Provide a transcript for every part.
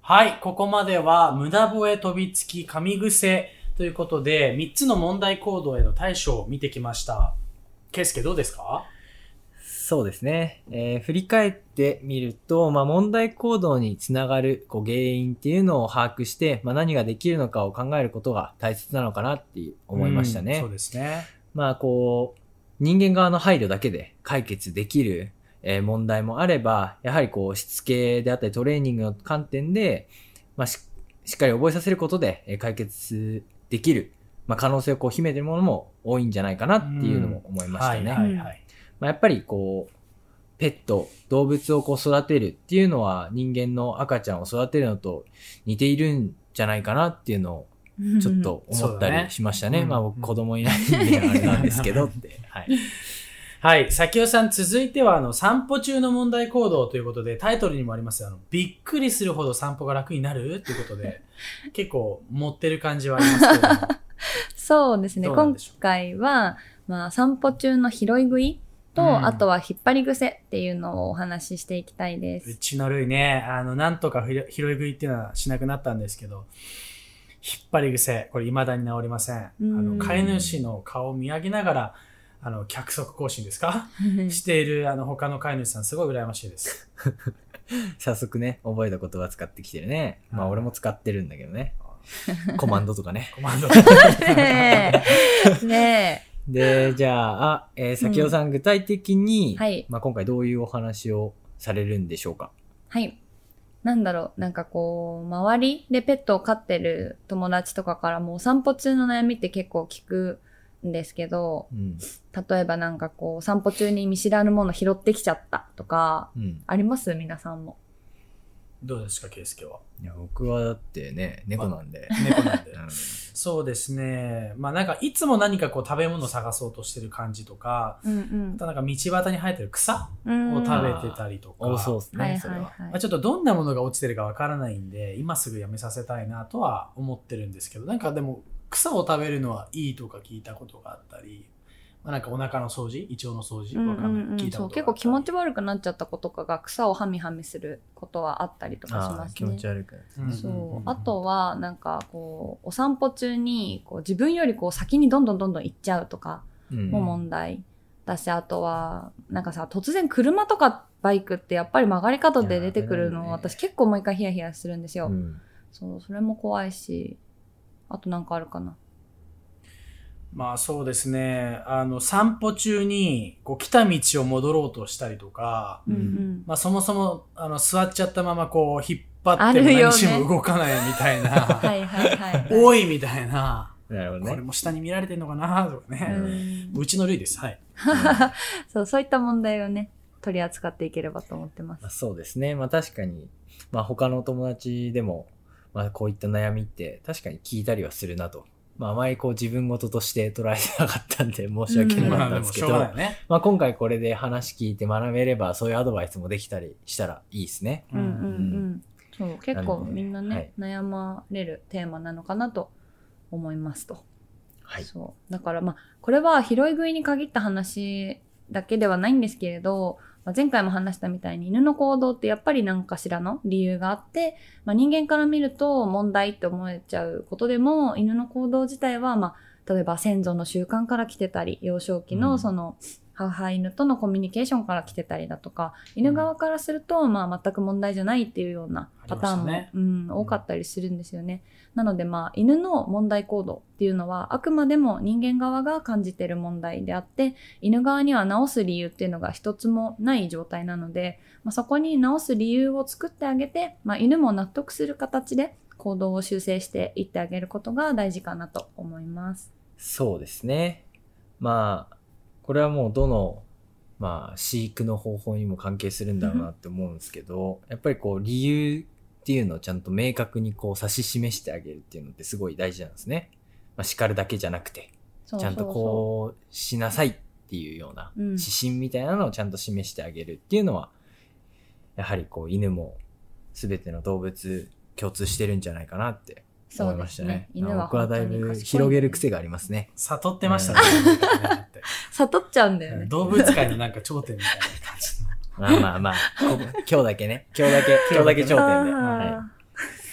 はい、ここまでは無駄吠え飛びつき噛み癖ということで3つの問題行動への対処を見てきました。圭介どうですか？ そうですね。振り返ってみると、問題行動につながる原因っていうのを把握して、何ができるのかを考えることが大切なのかなって思いましたね。 そうですね。 人間側の配慮だけで解決できる問題もあれば、やはりしつけであったりトレーニングの観点で、しっかり覚えさせることで解決できる、可能性を秘めているものも多いんじゃないかなっていうのも思いましたね。やっぱりペット、動物を育てるっていうのは人間の赤ちゃんを育てるのと似ているんじゃないかなっていうのをちょっと思ったりしましたね。僕子供いないんであれなんですけどって。はい。 はい。咲代さん、続いては散歩中の問題行動ということで、タイトルにもありますびっくりするほど散歩が楽になるということで、結構持ってる感じはありますけども。 そうですね。今回は、散歩中の拾い食いと、あとは引っ張り癖っていうのをお話ししていきたいです。 うちの類ね、なんとか拾い食いっていうのはしなくなったんですけど、引っ張り癖、これ未だに治りません。飼い主の顔を見上げながら、脚側更新ですかしている他の飼い主さんすごい羨ましいです。 早速ね、覚えた言葉使ってきてるね。俺も使ってるんだけどね。コマンドとかね。 コマンドねえ。 で、じゃあ、咲代さん具体的に、今回どういうお話をされるんでしょうか？ はい。周りでペットを飼ってる友達とかからもお散歩中の悩みって結構聞くんですけど、例えば散歩中に見知らぬもの拾ってきちゃったとか、あります？皆さんも。 どうですか、圭介は？ いや、僕はだってね、猫なんで。 猫なんで。そうですね。いつも何か食べ物を探そうとしてる感じとか、あと道端に生えてる草を食べてたりとか。 そうですね、それは。 ちょっとどんなものが落ちてるかわからないんで、今すぐやめさせたいなとは思ってるんですけど、でも、草を食べるのはいいとか聞いたことがあったり、お腹の掃除、胃腸の掃除、わかんない。聞いたことがあったり。 結構気持ち悪くなっちゃった子とかが草をハミハミすることはあったりとかしますね。 気持ち悪くなる。 そう。あとは、お散歩中に、自分より先にどんどん行っちゃうとかも問題だし、あとは、突然車とかバイクってやっぱり曲がり角で出てくるのを私結構毎回ヒヤヒヤするんですよ。そう、それも怖いし、あとあるかな。 そうですね。散歩中に、来た道を戻ろうとしたりとか、そもそも、座っちゃったまま引っ張っても何しも動かないみたいな、多いみたいな、 なるほどね。 これも下に見られてんのかなとかね。うちの類です。はい。 そういった問題をね、取り扱っていければと思ってます。 そうですね。確かに、他のお友達でも、こういった悩みって確かに聞いたりはするなと。あまり自分事として捉えてなかったんで申し訳なかったんですけど、今回これで話聞いて学べればそういうアドバイスもできたりしたらいいですね。 そう、結構みんなね、悩まれるテーマなのかなと思いますと。 はい。 そう。だからこれは拾い食いに限った話だけではないんですけれど、前回も話したみたいに犬の行動ってやっぱり何かしらの理由があって、人間から見ると問題って思えちゃうことでも、犬の行動自体は例えば先祖の習慣から来てたり、幼少期の母犬とのコミュニケーションから来てたりだとか、犬側からすると全く問題じゃないっていうようなパターンも、多かったりするんですよね。なので犬の問題行動っていうのはあくまでも人間側が感じている問題であって、犬側には直す理由っていうのが一つもない状態なので、そこに直す理由を作ってあげて、犬も納得する形で行動を修正していってあげることが大事かなと思います。 そうですね。これはもうどの、飼育の方法にも関係するんだろうなって思うんですけど、やっぱり理由っていうのをちゃんと明確に指し示してあげるっていうのってすごい大事なんですね。叱るだけじゃなくて、ちゃんとしなさいっていうような指針みたいなのをちゃんと示してあげるっていうのは、やはり犬も全ての動物共通してるんじゃないかなって思いましたね。僕はだいぶ広げる癖がありますね。 悟ってましたね。 悟っちゃうんだよね。 動物界の頂点みたいな感じ。 今日だけね。今日だけ頂点で。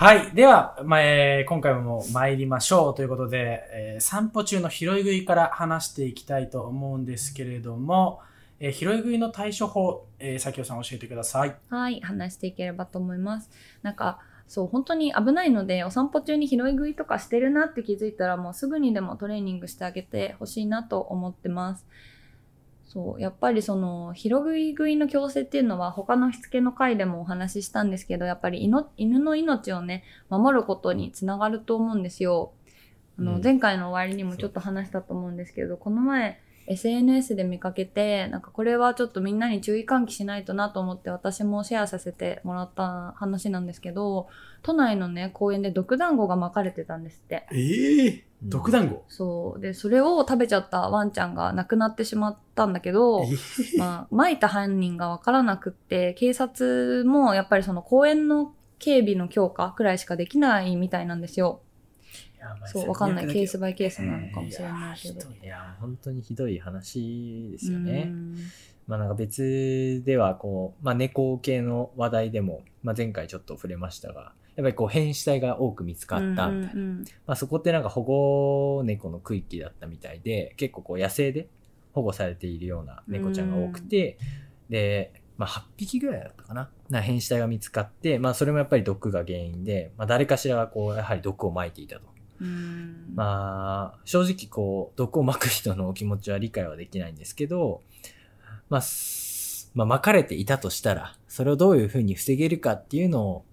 はい。では、今回も参りましょうということで、散歩中の拾い食いから話していきたいと思うんですけれども、拾い食いの対処法、咲代さん教えてください。 はい、話していければと思います。なんか、そう、本当に危ないので、お散歩中に拾い食いとかしてるなって気づいたら、もうすぐにでもトレーニングしてあげてほしいなと思ってます。そう、やっぱりその、拾い食いの矯正っていうのは、他のしつけの回でもお話ししたんですけど、やっぱり犬の命をね、守ることにつながると思うんですよ。前回の終わりにもちょっと話したと思うんですけど、この前、SNS で見かけて、なんかこれはちょっとみんなに注意喚起しないとなと思って私もシェアさせてもらった話なんですけど、都内のね、公園で毒団子が巻かれてたんですって。 毒団子？ そう。で、それを食べちゃったワンちゃんが亡くなってしまったんだけど、巻いた犯人がわからなくって、警察もやっぱりその公園の警備の強化くらいしかできないみたいなんですよ。そう、わかんない。ケースバイケースなのかもしれないけど。 いや、本当にひどい話ですよね。なんか別では猫系の話題でも、前回ちょっと触れましたが、やっぱり変死体が多く見つかったみたいな。そこってなんか保護猫の区域だったみたいで、結構野生で保護されているような猫ちゃんが多くて、で、8匹ぐらいだったかな。変死体が見つかって、それもやっぱり毒が原因で、誰かしらがやはり毒を撒いていたと。正直毒を撒く人のお気持ちは理解はできないんですけど、撒かれていたとしたら、それをどういうふうに防げるかっていうのを、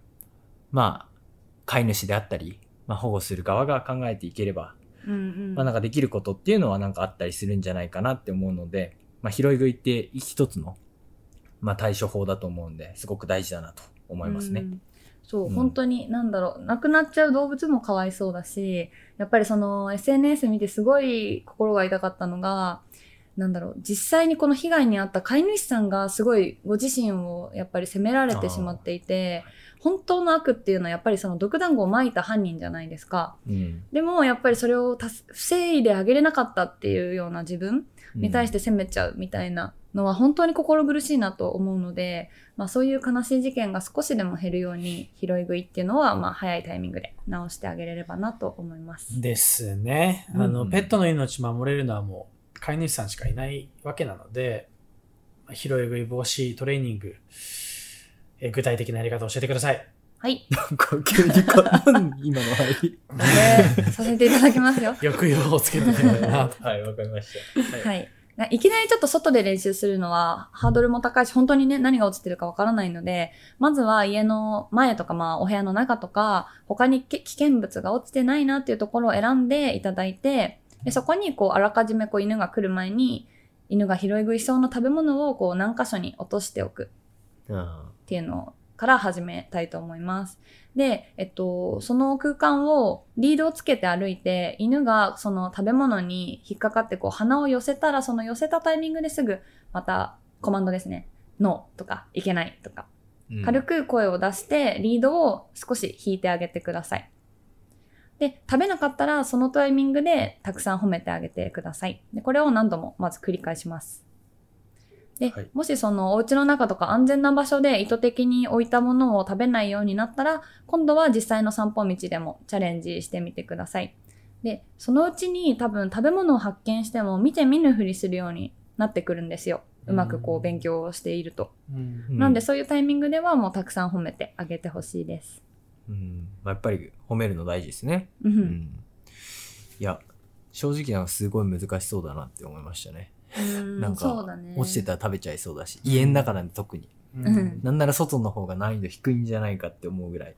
飼い主であったり、保護する側が考えていければ、なんかできることっていうのはなんかあったりするんじゃないかなって思うので、拾い食いって一つの、対処法だと思うんで、すごく大事だなと思いますね。 そう、本当に、亡くなっちゃう動物もかわいそうだし、やっぱりその SNS 見てすごい心が痛かったのが、実際にこの被害に遭った飼い主さんがすごいご自身をやっぱり責められてしまっていて、本当の悪っていうのはやっぱりその毒団子を撒いた犯人じゃないですか。でもやっぱりそれを防いであげれなかったっていうような自分に対して責めちゃうみたいなのは本当に心苦しいなと思うので、そういう悲しい事件が少しでも減るように拾い食いっていうのは早いタイミングで直してあげれればなと思います。 ですね。ペットの命守れるのはもう飼い主さんしかいないわけなので、拾い食い防止トレーニング、具体的なやり方を教えてください。 はい。 なんか急に今の入りさせていただきますよ。 抑揚をつけてくれるな。 はい、わかりました。 はい。いきなりちょっと外で練習するのはハードルも高いし、本当にね、何が落ちてるかわからないので、まずは家の前とかお部屋の中とか、他に危険物が落ちてないなっていうところを選んでいただいて、でそこにあらかじめ犬が来る前に、犬が拾い食いしそうな食べ物を何箇所に落としておくっていうのから始めたいと思います。で、その空間をリードをつけて歩いて、犬がその食べ物に引っかかって鼻を寄せたら、その寄せたタイミングですぐまたコマンドですね。ノーとかいけないとか、軽く声を出してリードを少し引いてあげてください。で、食べなかったらそのタイミングでたくさん褒めてあげてください。で、これを何度もまず繰り返します。で、もしそのお家の中とか安全な場所で意図的に置いたものを食べないようになったら、今度は実際の散歩道でもチャレンジしてみてください。で、そのうちに多分食べ物を発見しても見て見ぬふりするようになってくるんですよ。うまく勉強をしていると。なんでそういうタイミングではもうたくさん褒めてあげてほしいです。 やっぱり褒めるの大事ですね。いや、正直すごい難しそうだなって思いましたね。なんか、そうだね、落ちてたら食べちゃいそうだし、家の中なんで特に。なんなら外の方が難易度低いんじゃないかって思うぐらい。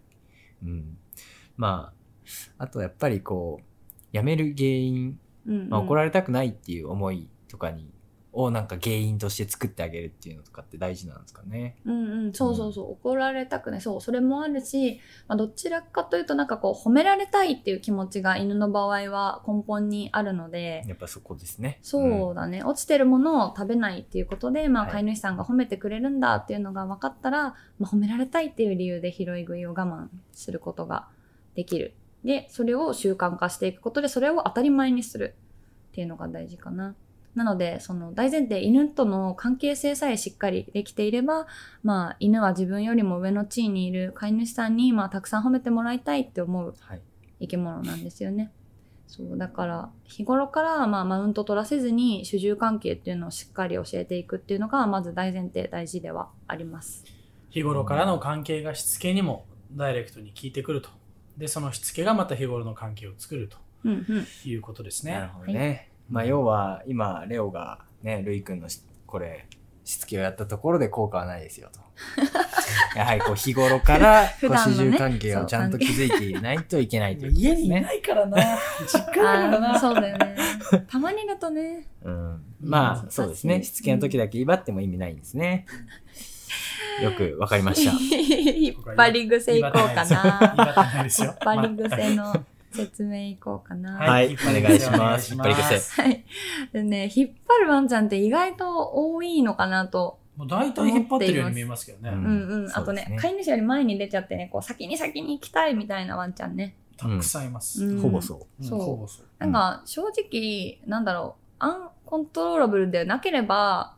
あとやっぱりやめる原因、怒られたくないっていう思いとかをなんか原因として作ってあげるっていうのとかって大事なんですかね。 そう、怒られたくない。そう、それもあるし、どちらかというと褒められたいっていう気持ちが犬の場合は根本にあるので。 やっぱそこですね。 そうだね。落ちてるものを食べないっていうことで、飼い主さんが褒めてくれるんだっていうのが分かったら、褒められたいっていう理由で拾い食いを我慢することができる。で、それを習慣化していくことで、それを当たり前にするっていうのが大事かな。 なので、その大前提、犬との関係性さえしっかりできていれば、まあ、犬は自分よりも上の地位にいる飼い主さんに、まあ、たくさん褒めてもらいたいって思う生き物なんですよね。そう、だから、日頃から、まあ、マウント取らせずに、主従関係っていうのをしっかり教えていくっていうのが、まず大前提、大事ではあります。 日頃からの関係がしつけにもダイレクトに効いてくると。で、そのしつけがまた日頃の関係を作るということですね。 なるほどね。まあ、要は今レオがね、ルイ君のこれしつけをやったところで効果はないですよと。やはりこう日頃からこう主従関係をちゃんと築いていないといけないということですね。 家にいないからな。実家だからな。 そうだよね。たまにだとね。 まあそうですね。しつけの時だけ威張っても意味ないんですね。よくわかりました。 引っ張り癖いこうかな。引っ張り癖の説明いこうかな。 はい、お願いします。引っ張り癖。 はい。でね、引っ張るワンちゃんって意外と多いのかなと。 もう大体引っ張ってるように見えますけどね。 あとね、飼い主より前に出ちゃってね、こう先に行きたいみたいなワンちゃんね。 たくさんいます。 ほぼそう。 ほぼそう。なんか正直、なんだろう、アンコントローラブルでなければ、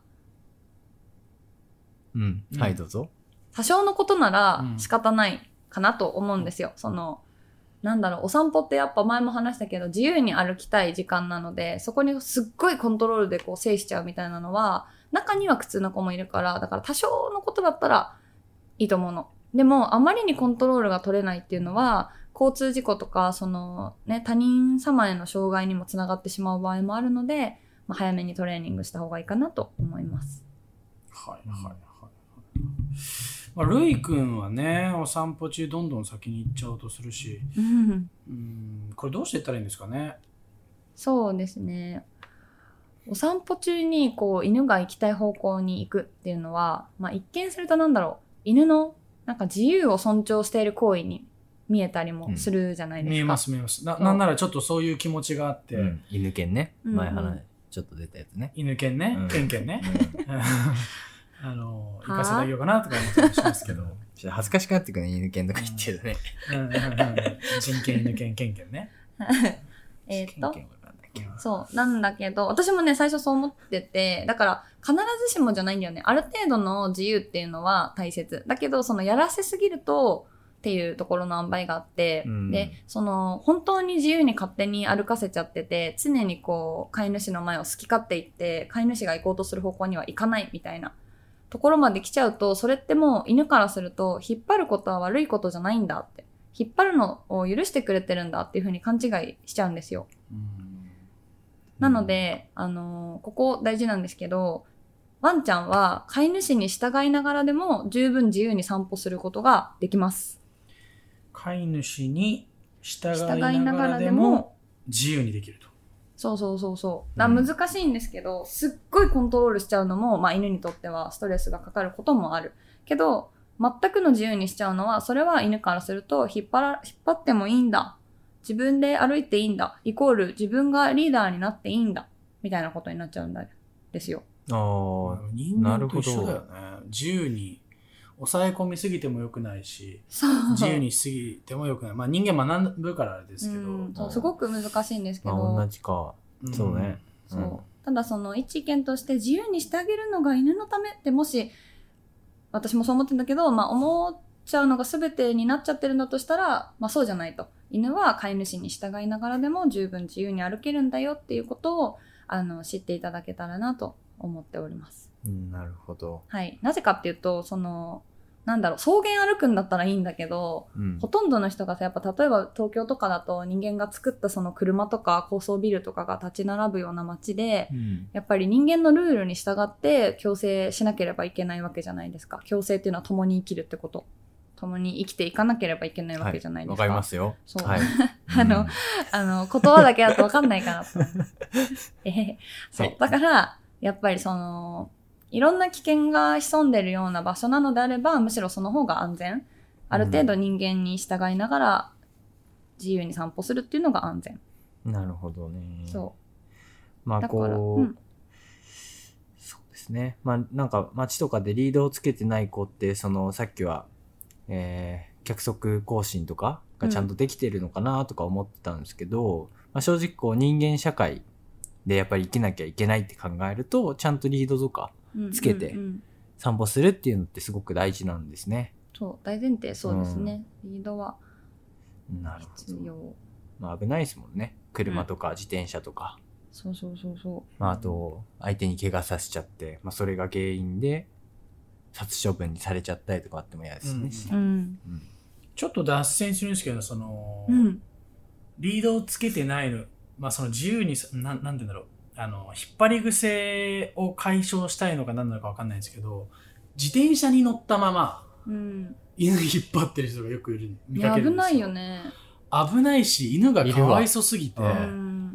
はい、どうぞ。 多少のことなら仕方ないかなと思うんですよ。その、なんだろう、お散歩ってやっぱ前も話したけど、自由に歩きたい時間なので、そこにすっごいコントロールでこう制しちゃうみたいなのは、中には苦痛な子もいるから、だから多少のことだったらいいと思うの。でも、あまりにコントロールが取れないっていうのは、交通事故とか、そのね、他人様への障害にもつながってしまう場合もあるので、まあ、早めにトレーニングした方がいいかなと思います。 はいはいはい。まあ、ルイ君はね、お散歩中どんどん先に行っちゃおうとするし、これどうしていったらいいんですかね。 そうですね。お散歩中にこう犬が行きたい方向に行くっていうのは、まあ、一見するとなんだろう、犬のなんか自由を尊重している行為に見えたりもするじゃないですか。 見えます見えます。なんならちょっとそういう気持ちがあって、 犬犬ね、前話ちょっと出たやつね。 犬犬ね、犬犬ね。行かせてあげようかなとか思ったりしますけど。 ちょっと恥ずかしくなってくるね、犬犬とか言ってるね。 人犬、犬犬、犬犬ね。 そう、なんだけど、私もね、最初そう思ってて、だから必ずしもじゃないんだよね。ある程度の自由っていうのは大切。だけど、そのやらせすぎると、っていうところの塩梅があって、で、その、本当に自由に勝手に歩かせちゃってて、常にこう、飼い主の前を好き勝手行って、飼い主が行こうとする方向には行かないみたいなところまで来ちゃうと、それってもう犬からすると、引っ張ることは悪いことじゃないんだって、引っ張るのを許してくれてるんだっていう風に勘違いしちゃうんですよ。なので、ここ大事なんですけど、ワンちゃんは飼い主に従いながらでも十分自由に散歩することができます。 飼い主に従いながらでも自由にできると。 そう。難しいんですけど、すっごいコントロールしちゃうのも、まあ犬にとってはストレスがかかることもある。けど、全くの自由にしちゃうのは、それは犬からすると引っ張ってもいいんだ。自分で歩いていいんだ。イコール自分がリーダーになっていいんだ。みたいなことになっちゃうんですよ。 人間と一緒だよね。自由に抑え込みすぎてもよくないし、自由にしすぎてもよくない。まあ人間学ぶからあれですけど。 すごく難しいんですけど。 同じか。そうね。 ただその一意見として自由にしてあげるのが犬のためってもし、私もそう思ってんだけど、まあ思っちゃうのが全てになっちゃってるんだとしたら、まあそうじゃないと。犬は飼い主に従いながらでも十分自由に歩けるんだよっていうことを知っていただけたらなと思っております。 なるほど。 はい。なぜかっていうと、その、なんだろう、草原歩くんだったらいいんだけど、ほとんどの人がさ、やっぱ例えば東京とかだと人間が作ったその車とか高層ビルとかが立ち並ぶような街で、やっぱり人間のルールに従って共生しなければいけないわけじじゃないですか。共生っていうのは共に生きるってこと。共に生きていかなければいけないわけじゃないですか。 わかりますよ。 そう。はい、言葉だけだとわかんないかなと。そう。だから、やっぱりその、いろんな危険が潜んでるような場所なのであれば、むしろその方が安全。ある程度人間に従いながら自由に散歩するっていうのが安全。 なるほどね。 そう。 まあこう、そうですね。まあなんか街とかでリードをつけてない子って、そのさっきは、脚側行進とかがちゃんとできてるのかなとか思ってたんですけど、まあ、正直こう人間社会でやっぱり生きなきゃいけないって考えると、ちゃんとリードとかつけてうんうんうん散歩するっていうのってすごく大事なんですね。 そう、大前提そうですね。リードはなるほど。 必要。 まあ危ないですもんね。車とか自転車とか。 そうそうそうそまああと、相手に怪我させちゃって、まあそれが原因で殺処分にされちゃったりとかあっても嫌ですね。 う。うん。 ちょっと脱線するんですけど、その、 うん。 リードをつけてないの、まあその自由になんて言うんだろう。引っ張り癖を解消したいのか何なのか分かんないんですけど、自転車に乗ったまま、 うん。 犬引っ張ってる人がよく見いや、 かけるんですよ。 危ないよね。 危ないし、犬がかわいそすぎて、 いるわうん。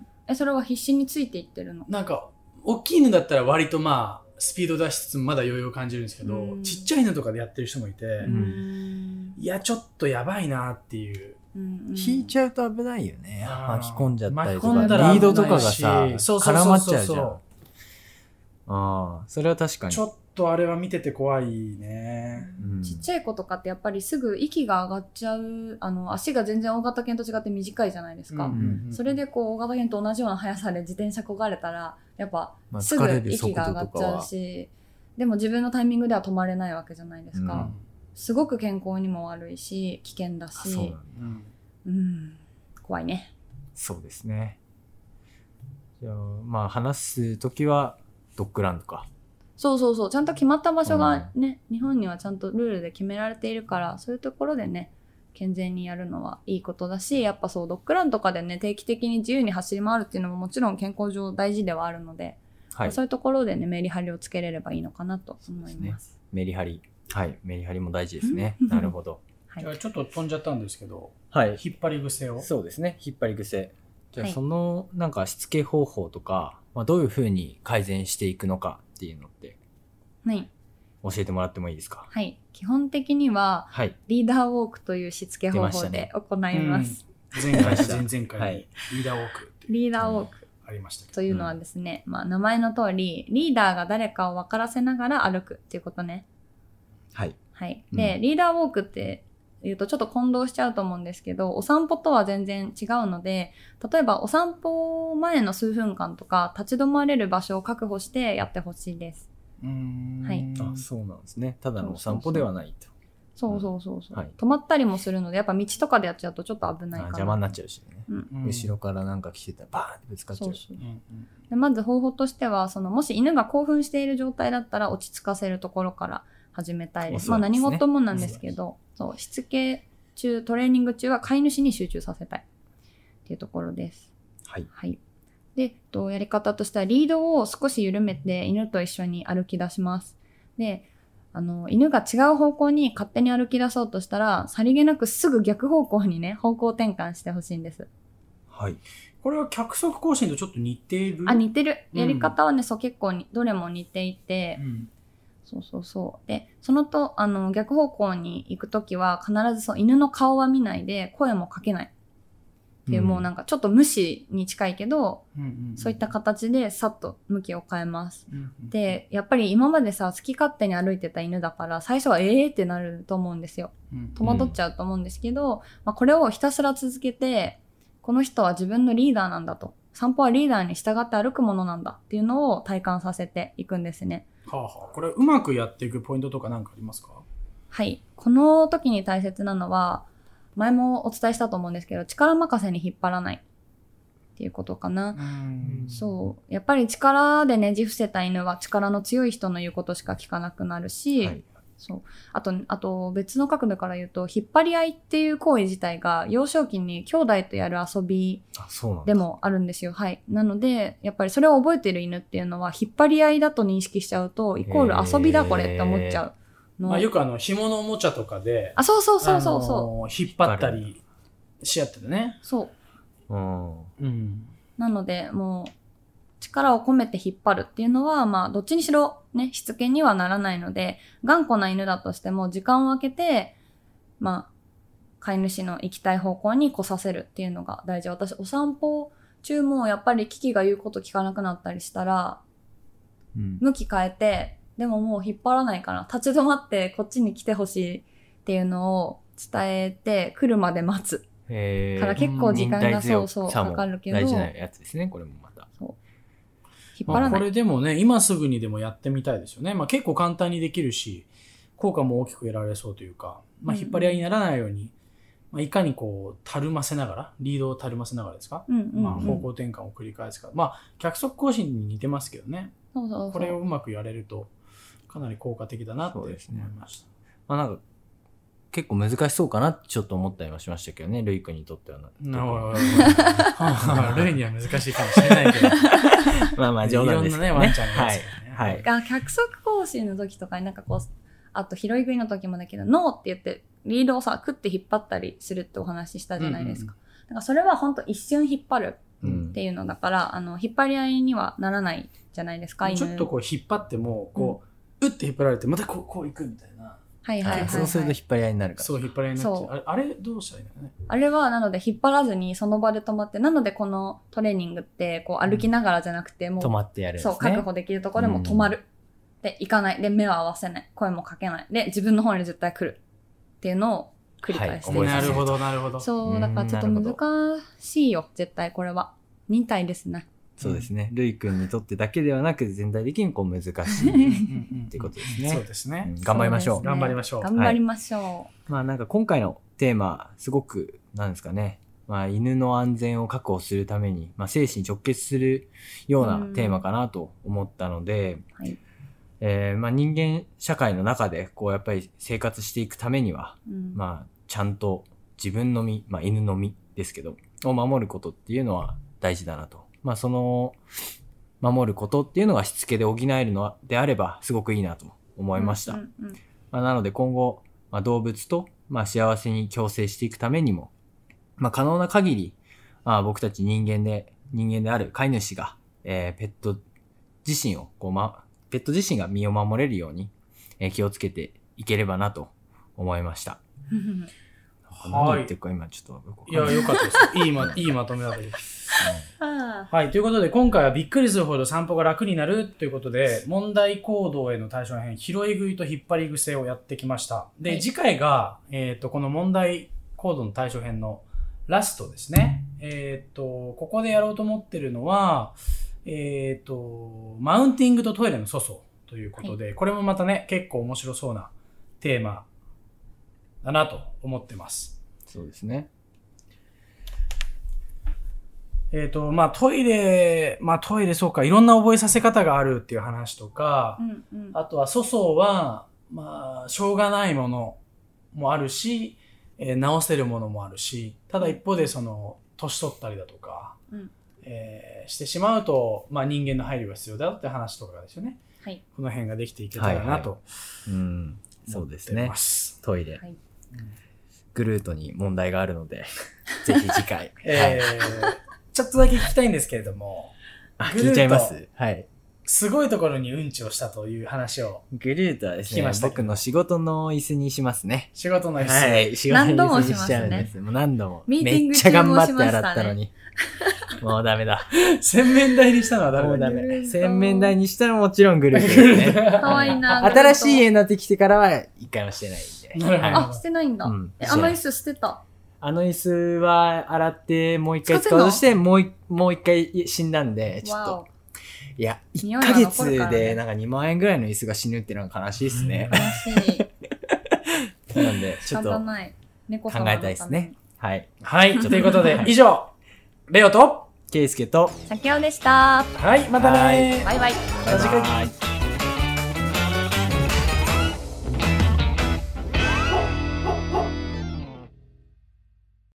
それは必死についていってるの。 なんか、大きい犬だったら割とまあ、スピード出しつつもまだ余裕を感じるんですけど、ちっちゃい犬とかでやってる人もいて、いや、ちょっとやばいなっていう。 引いちゃうと危ないよね。巻き込んじゃったりとか、 巻き込んだらリードとかがさ、 そう絡まっちゃうじゃん。ああ、それは確かに。 ちょっとあれは見てて怖いね。 ちっちゃい子とかってやっぱりすぐ息が上がっちゃう、足が全然大型犬と違って短いじゃないですか。それでこう大型犬と同じような速さで自転車こがれたら、やっぱすぐ息が上がっちゃうし、でも自分のタイミングでは止まれないわけじゃないですか。すごく健康にも悪いし、危険だし。 そうなんだ。 怖いね。 そうですね。じゃあ、まあ話すときはドッグランとか。 そうそうそう。ちゃんと決まった場所がね、日本にはちゃんとルールで決められているから、そういうところでね、健全にやるのはいいことだし、やっぱそう、ドッグランとかでね、定期的に自由に走り回るっていうのももちろん健康上大事ではあるので、はい、そういうところでね、メリハリをつけれればいいのかなと思います。 メリハリ。はい。メリハリも大事ですね。なるほど。 じゃあちょっと飛んじゃったんですけど、 はい。 引っ張り癖を。 そうですね。引っ張り癖。じゃあその、なんかしつけ方法とか、まあ、どういうふうに改善していくのかっていうのって、 はい。 教えてもらってもいいですか？ はい。基本的には、はい、リーダーウォークというしつけ方法で行います。 前回、前々回、はい、リーダーウォーク。 リーダーウォーク。 ありましたけど。 というのはですね、まあ名前の通り、リーダーが誰かを分からせながら歩くっていうことね。 はい。 はい。で、リーダーウォークって言うとちょっと混同しちゃうと思うんですけど、お散歩とは全然違うので、例えばお散歩前の数分間とか立ち止まれる場所を確保してやってほしいです。 はい。あ、そうなんですね。ただのお散歩ではないと。 そうそうそうそう、はい。止まったりもするので、やっぱ道とかでやっちゃうとちょっと危ないかな。 邪魔になっちゃうしね。後ろからなんか来てたらバーンってぶつかっちゃう。そうでまず方法としては、もし犬が興奮している状態だったら落ち着かせるところから始めたいです。まあ何事もなんですけど、そう、しつけ中、トレーニング中は飼い主に集中させたいっていうところです。 はい。 はい。で、やり方としてはリードを少し緩めて犬と一緒に歩き出します。で、犬が違う方向に勝手に歩き出そうとしたら、さりげなくすぐ逆方向にね、方向転換してほしいんです。 はい。 これは脚側更新とちょっと似ている？ 似てる。やり方はね、そう結構どれも似ていて、そうそうそう。で、そのと、逆方向に行くときは必ずそう、犬の顔は見ないで声もかけない。っていう、もうなんかちょっと無視に近いけど、そういった形でさっと向きを変えます。で、やっぱり今までさ、好き勝手に歩いてた犬だから、最初はってなると思うんですよ。戸惑っちゃうと思うんですけど、まあ、これをひたすら続けて、この人は自分のリーダーなんだと。散歩はリーダーに従って歩くものなんだっていうのを体感させていくんですね。 はあはあ、これうまくやっていくポイントとか何かありますか？ はい。この時に大切なのは、前もお伝えしたと思うんですけど、力任せに引っ張らないっていうことかな。そう。やっぱり力でねじ伏せた犬は力の強い人の言うことしか聞かなくなるし、はい、そう。あと別の角度から言うと、引っ張り合いっていう行為自体が幼少期に兄弟とやる遊びでもあるんですよ。はい。なので、やっぱりそれを覚えてる犬っていうのは、引っ張り合いだと認識しちゃうと、イコール遊びだこれって思っちゃう。 まあ、よく紐のおもちゃとかで、 そう。 引っ張ったりし合ってたね。 そう。なので、もう、力を込めて引っ張るっていうのは、まあ、どっちにしろね、しつけにはならないので、頑固な犬だとしても、時間を空けて、まあ、飼い主の行きたい方向に来させるっていうのが大事。私、お散歩中もやっぱりキキが言うこと聞かなくなったりしたら、向き変えて、でももう引っ張らないから、立ち止まってこっちに来てほしいっていうのを伝えて、来るまで待つ。から結構時間がかかるけど。 大事なやつですね、これもまた。 そう。 引っ張らない。 これでもね、今すぐにでもやってみたいですよね。結構簡単にできるし、効果も大きく得られそうというか、引っ張り合いにならないように、いかにたるませながら、リードをたるませながらですか、方向転換を繰り返すから。脚側更新に似てますけどね。これをうまくやれると、かなり効果的だなって思いました。 なんか結構難しそうかなってちょっと思ったりもしましたけどね、ルイ君にとっては。 ルイには難しいかもしれないけど。 冗談ですけどね。 いろんなね、ワンちゃんがいますよね。 はい。 脚側更新の時とかにあと拾い食いの時もだけど、ノーって言って、リードを食って引っ張ったりするってお話ししたじゃないですか。だからそれは本当一瞬引っ張るっていうのだから、引っ張り合いにはならないじゃないですか。 ちょっと引っ張っても、うって引っ張られて、またこう行くみたいな。 そうすると引っ張り合いになるから。 そう、引っ張り合いになっちゃう。あれどうしたらいいのね。 あれは、なので引っ張らずにその場で止まって、なのでこのトレーニングって、歩きながらじゃなくて、もう、 止まってやるんですね。 そう、確保できるところでも止まる。で、行かない。で、目を合わせない。声もかけない。で、自分の方に絶対来る。っていうのを繰り返して、 なるほど、なるほど。 そう、だからちょっと難しいよ、絶対これは。忍耐ですね。 そうですね。ルイ君にとってだけではなく、全体的に難しいっていうことですね。 そうですね。 頑張りましょう。 頑張りましょう。 なんか今回のテーマ、すごく、なんですかね。犬の安全を確保するために、生死に直結するようなテーマかなと思ったので、人間社会の中で、やっぱり生活していくためには、ちゃんと自分の身、犬の身ですけど、を守ることっていうのは大事だなと。その、守ることっていうのがしつけで補えるのであれば、すごくいいなと思いました。なので今後、動物と、幸せに共生していくためにも、可能な限り、僕たち人間である飼い主が、ペット自身を、ペット自身が身を守れるように、気をつけていければなと思いました。何言ってるか今ちょっと。 いや、よかったです。いいまとめだったです。はい。ということで、今回はびっくりするほど散歩が楽になるということで、問題行動への対処編、拾い食いと引っ張り癖をやってきました。で、次回が、この問題行動の対処編のラストですね。ここでやろうと思ってるのは、マウンティングとトイレの粗相ということで、これもまたね、結構面白そうなテーマだなと思ってます。 そうですね。 トイレそうか、いろんな覚えさせ方があるっていう話とか、あとは粗相は、しょうがないものもあるし、直せるものもあるし、ただ一方で年取ったりだとか、してしまうと、人間の配慮が必要だって話とかですよね。 はい。 この辺ができていけたらなと。 そうですね。トイレ。グルートに問題があるので、ぜひ次回。 ちょっとだけ聞きたいんですけれども。 聞いちゃいます。はい。 すごいところにうんちをしたという話を。 グルートはですね、僕の仕事の椅子にしますね。 仕事の椅子。 はい。仕事の椅子にしちゃうんです。もう何度も。めっちゃ頑張って洗ったのに。もうダメだ。 洗面台にしたのはダメだ。 もうダメ。洗面台にしたらもちろんグルートですね。 かわいいな。 新しい家になってきてからは一回もしてないんで。 あ、してないんだ。あの椅子捨てた。 あの椅子は洗ってもう一回使おうとして、もう一回死んだんで、ちょっと。いや、1ヶ月でなんか2万円ぐらいの椅子が死ぬっていうのが悲しいですね。 悲しい。 なんで、ちょっと考えたいですね。はい。 はい。ということで、以上、レオと、 ケイスケと、 さきおでした。 はい、またね。 バイバイ。 また次回。